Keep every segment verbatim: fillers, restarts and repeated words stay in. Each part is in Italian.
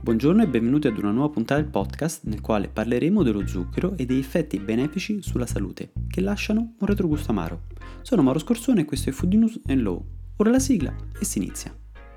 Buongiorno e benvenuti ad una nuova puntata del podcast nel quale parleremo dello zucchero e degli effetti benefici sulla salute che lasciano un retrogusto amaro. Sono Mauro Scorsone e questo è Food News and Law. Ora la sigla e si inizia.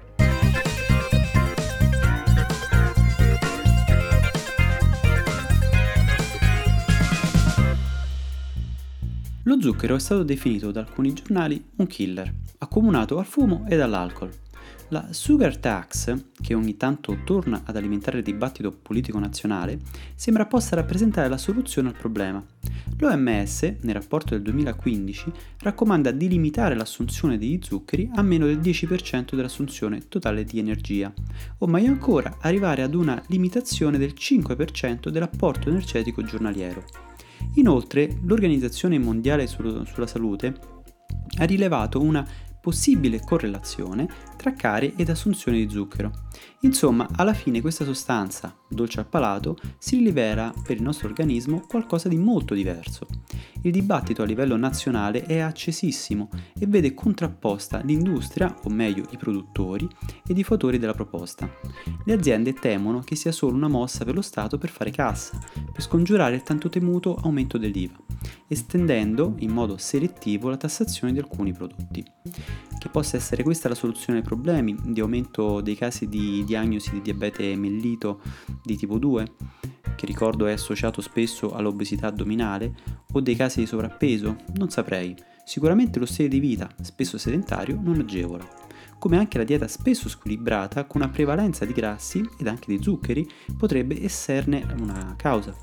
Lo zucchero è stato definito da alcuni giornali un killer, accomunato al fumo e dall'alcol. La sugar tax, che ogni tanto torna ad alimentare il dibattito politico nazionale, sembra possa rappresentare la soluzione al problema. L'O M S, nel rapporto del duemilaquindici, raccomanda di limitare l'assunzione degli zuccheri a meno del dieci per cento dell'assunzione totale di energia, o meglio ancora arrivare ad una limitazione del cinque per cento dell'apporto energetico giornaliero. Inoltre, l'Organizzazione Mondiale sulla Salute ha rilevato una possibile correlazione tra carie ed assunzione di zucchero. Insomma, alla fine questa sostanza, dolce al palato, si rivela per il nostro organismo qualcosa di molto diverso. Il dibattito a livello nazionale è accesissimo e vede contrapposta l'industria, o meglio i produttori, ed i fautori della proposta. Le aziende temono che sia solo una mossa per lo Stato per fare cassa, per scongiurare il tanto temuto aumento dell'I V A, estendendo in modo selettivo la tassazione di alcuni prodotti. Che possa essere questa la soluzione ai problemi di aumento dei casi di diagnosi di diabete mellito di tipo due, che ricordo è associato spesso all'obesità addominale, o dei casi di sovrappeso? Non saprei. Sicuramente lo stile di vita, spesso sedentario, non agevola. Come anche la dieta spesso squilibrata, con una prevalenza di grassi ed anche di zuccheri, potrebbe esserne una causa.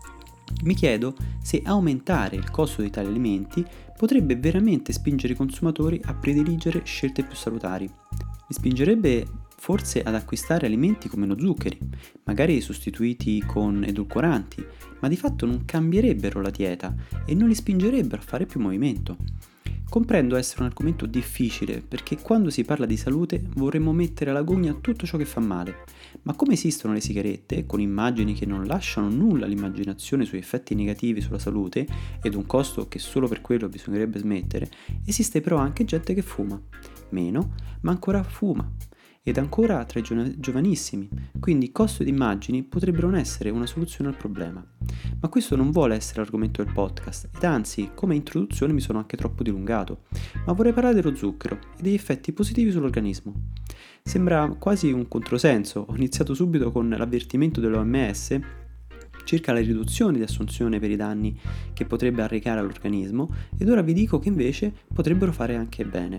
Mi chiedo se aumentare il costo di tali alimenti potrebbe veramente spingere i consumatori a prediligere scelte più salutari. Li spingerebbe forse ad acquistare alimenti con meno zuccheri, magari sostituiti con edulcoranti, ma di fatto non cambierebbero la dieta e non li spingerebbero a fare più movimento. Comprendo essere un argomento difficile perché quando si parla di salute vorremmo mettere alla gogna tutto ciò che fa male, ma come esistono le sigarette, con immagini che non lasciano nulla all'immaginazione sui effetti negativi sulla salute ed un costo che solo per quello bisognerebbe smettere, esiste però anche gente che fuma. Meno, ma ancora fuma. Ed ancora tra i giovanissimi, quindi costo ed immagini potrebbero non essere una soluzione al problema. Ma questo non vuole essere l'argomento del podcast, ed anzi, come introduzione mi sono anche troppo dilungato, ma vorrei parlare dello zucchero e degli effetti positivi sull'organismo. Sembra quasi un controsenso, ho iniziato subito con l'avvertimento dell'O M S circa la riduzione di assunzione per i danni che potrebbe arrecare all'organismo, ed ora vi dico che invece potrebbero fare anche bene.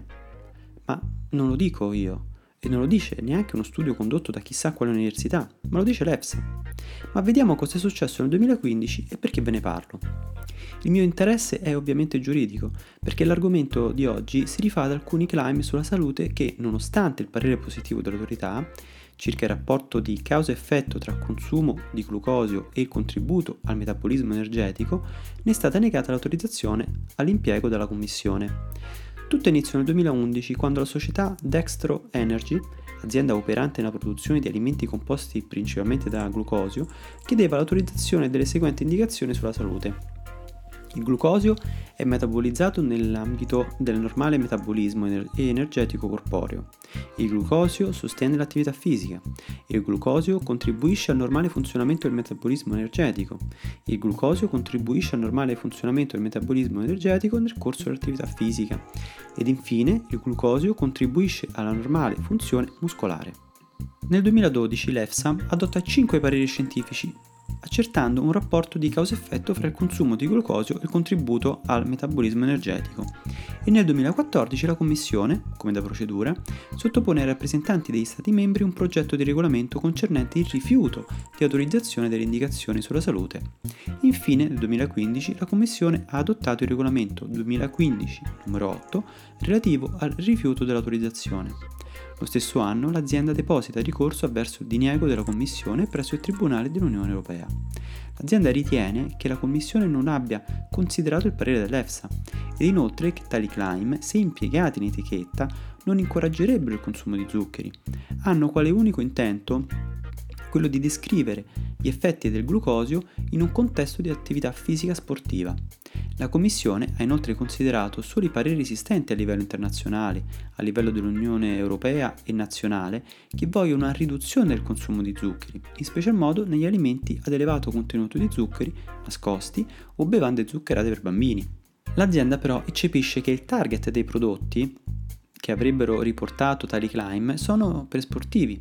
Ma non lo dico io. E non lo dice neanche uno studio condotto da chissà quale università, ma lo dice l'EFSA. Ma vediamo cosa è successo nel duemilaquindici e perché ve ne parlo. Il mio interesse è ovviamente giuridico, perché l'argomento di oggi si rifà ad alcuni claim sulla salute che, nonostante il parere positivo dell'autorità, circa il rapporto di causa-effetto tra consumo di glucosio e il contributo al metabolismo energetico, ne è stata negata l'autorizzazione all'impiego dalla Commissione. Tutto iniziò nel duemilaundici quando la società Dextro Energy, azienda operante nella produzione di alimenti composti principalmente da glucosio, chiedeva l'autorizzazione delle seguenti indicazioni sulla salute. Il glucosio è metabolizzato nell'ambito del normale metabolismo ener- energetico corporeo. Il glucosio sostiene l'attività fisica. Il glucosio contribuisce al normale funzionamento del metabolismo energetico. Il glucosio contribuisce al normale funzionamento del metabolismo energetico nel corso dell'attività fisica. Ed infine, il glucosio contribuisce alla normale funzione muscolare. Nel duemiladodici l'EFSA adotta cinque pareri scientifici accertando un rapporto di causa-effetto fra il consumo di glucosio e il contributo al metabolismo energetico, e nel duemilaquattordici la Commissione, come da procedura, sottopone ai rappresentanti degli Stati membri un progetto di regolamento concernente il rifiuto di autorizzazione delle indicazioni sulla salute. Infine, nel duemilaquindici la Commissione ha adottato il regolamento duemilaquindici numero otto relativo al rifiuto dell'autorizzazione. Lo stesso anno l'azienda deposita ricorso avverso il diniego della Commissione presso il Tribunale dell'Unione Europea. L'azienda ritiene che la Commissione non abbia considerato il parere dell'EFSA ed inoltre che tali claim, se impiegati in etichetta, non incoraggerebbero il consumo di zuccheri. Hanno quale unico intento quello di descrivere gli effetti del glucosio in un contesto di attività fisica sportiva. La Commissione ha inoltre considerato solo i pareri esistenti a livello internazionale, a livello dell'Unione Europea e nazionale, che vogliono una riduzione del consumo di zuccheri, in special modo negli alimenti ad elevato contenuto di zuccheri nascosti o bevande zuccherate per bambini. L'azienda però eccepisce che il target dei prodotti che avrebbero riportato tali claim sono per sportivi,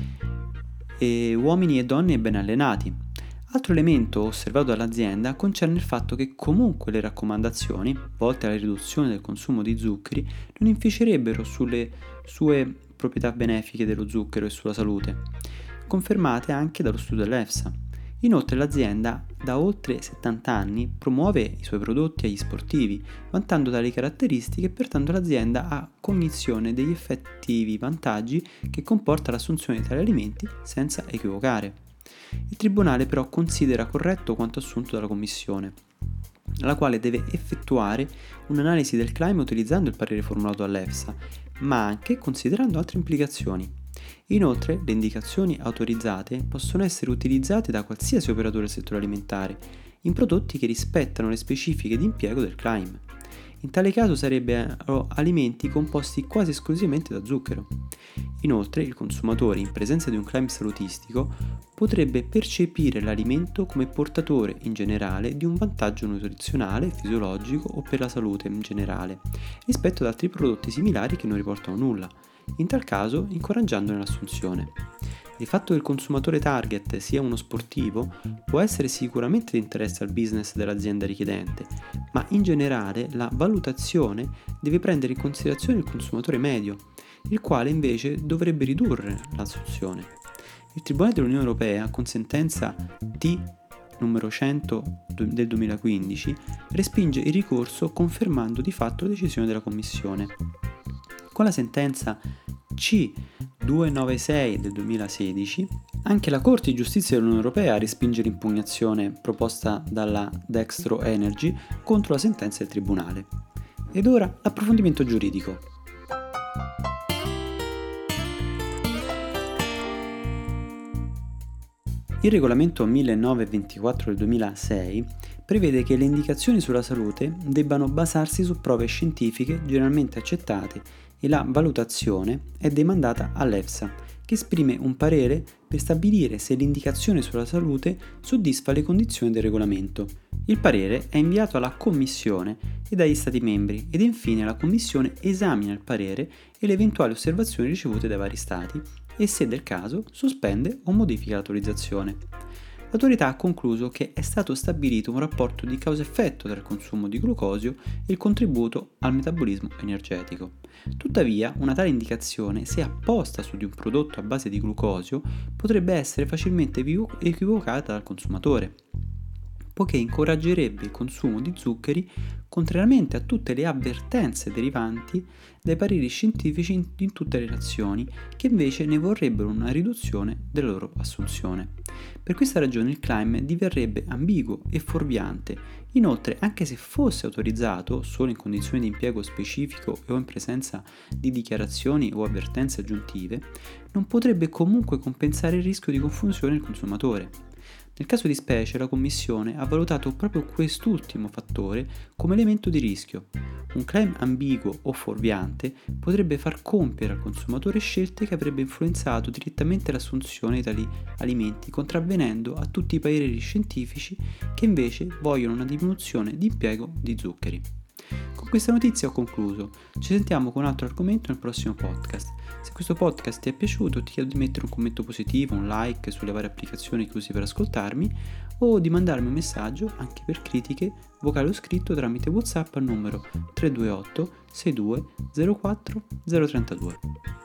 e uomini e donne ben allenati. Altro elemento osservato dall'azienda concerne il fatto che comunque le raccomandazioni, volte alla riduzione del consumo di zuccheri, non inficerebbero sulle sue proprietà benefiche dello zucchero e sulla salute, confermate anche dallo studio dell'EFSA. Inoltre l'azienda da oltre settanta anni promuove i suoi prodotti agli sportivi, vantando tali caratteristiche e pertanto l'azienda ha cognizione degli effettivi vantaggi che comporta l'assunzione di tali alimenti senza equivocare. Il Tribunale però considera corretto quanto assunto dalla Commissione, la quale deve effettuare un'analisi del claim utilizzando il parere formulato dall'EFSA, ma anche considerando altre implicazioni. Inoltre, le indicazioni autorizzate possono essere utilizzate da qualsiasi operatore del settore alimentare in prodotti che rispettano le specifiche di impiego del claim. In tale caso sarebbero alimenti composti quasi esclusivamente da zucchero. Inoltre, il consumatore, in presenza di un claim salutistico, potrebbe percepire l'alimento come portatore in generale di un vantaggio nutrizionale, fisiologico o per la salute in generale, rispetto ad altri prodotti similari che non riportano nulla, in tal caso incoraggiandone l'assunzione. Il fatto che il consumatore target sia uno sportivo può essere sicuramente di interesse al business dell'azienda richiedente, ma in generale la valutazione deve prendere in considerazione il consumatore medio, il quale invece dovrebbe ridurre l'assunzione. Il Tribunale dell'Unione Europea, con sentenza T numero cento del duemilaquindici, respinge il ricorso confermando di fatto la decisione della Commissione. Con la sentenza C duecentonovantasei del duemilasedici, anche la Corte di Giustizia dell'Unione Europea respinge l'impugnazione proposta dalla Dextro Energy contro la sentenza del Tribunale. Ed ora l'approfondimento giuridico. Il regolamento millenovecentoventiquattro del duemilasei prevede che le indicazioni sulla salute debbano basarsi su prove scientifiche generalmente accettate e la valutazione è demandata all'EFSA, che esprime un parere per stabilire se l'indicazione sulla salute soddisfa le condizioni del regolamento. Il parere è inviato alla Commissione e agli Stati membri ed infine la Commissione esamina il parere e le eventuali osservazioni ricevute dai vari Stati e, se del caso, sospende o modifica l'autorizzazione. L'autorità ha concluso che è stato stabilito un rapporto di causa-effetto tra il consumo di glucosio e il contributo al metabolismo energetico. Tuttavia, una tale indicazione, se apposta su di un prodotto a base di glucosio, potrebbe essere facilmente equivocata dal consumatore, poiché incoraggerebbe il consumo di zuccheri contrariamente a tutte le avvertenze derivanti dai pareri scientifici in, in tutte le nazioni, che invece ne vorrebbero una riduzione della loro assunzione. Per questa ragione il claim diverrebbe ambiguo e fuorviante. Inoltre, anche se fosse autorizzato solo in condizioni di impiego specifico o in presenza di dichiarazioni o avvertenze aggiuntive, non potrebbe comunque compensare il rischio di confusione del consumatore. Nel caso di specie, la Commissione ha valutato proprio quest'ultimo fattore come elemento di rischio. Un claim ambiguo o fuorviante potrebbe far compiere al consumatore scelte che avrebbe influenzato direttamente l'assunzione di tali alimenti, contravvenendo a tutti i pareri scientifici che invece vogliono una diminuzione di impiego di zuccheri. Con questa notizia ho concluso. Ci sentiamo con un altro argomento nel prossimo podcast. Se questo podcast ti è piaciuto, ti chiedo di mettere un commento positivo, un like sulle varie applicazioni che usi per ascoltarmi o di mandarmi un messaggio anche per critiche vocale o scritto tramite WhatsApp al numero tre due otto sei due zero quattro zero tre due.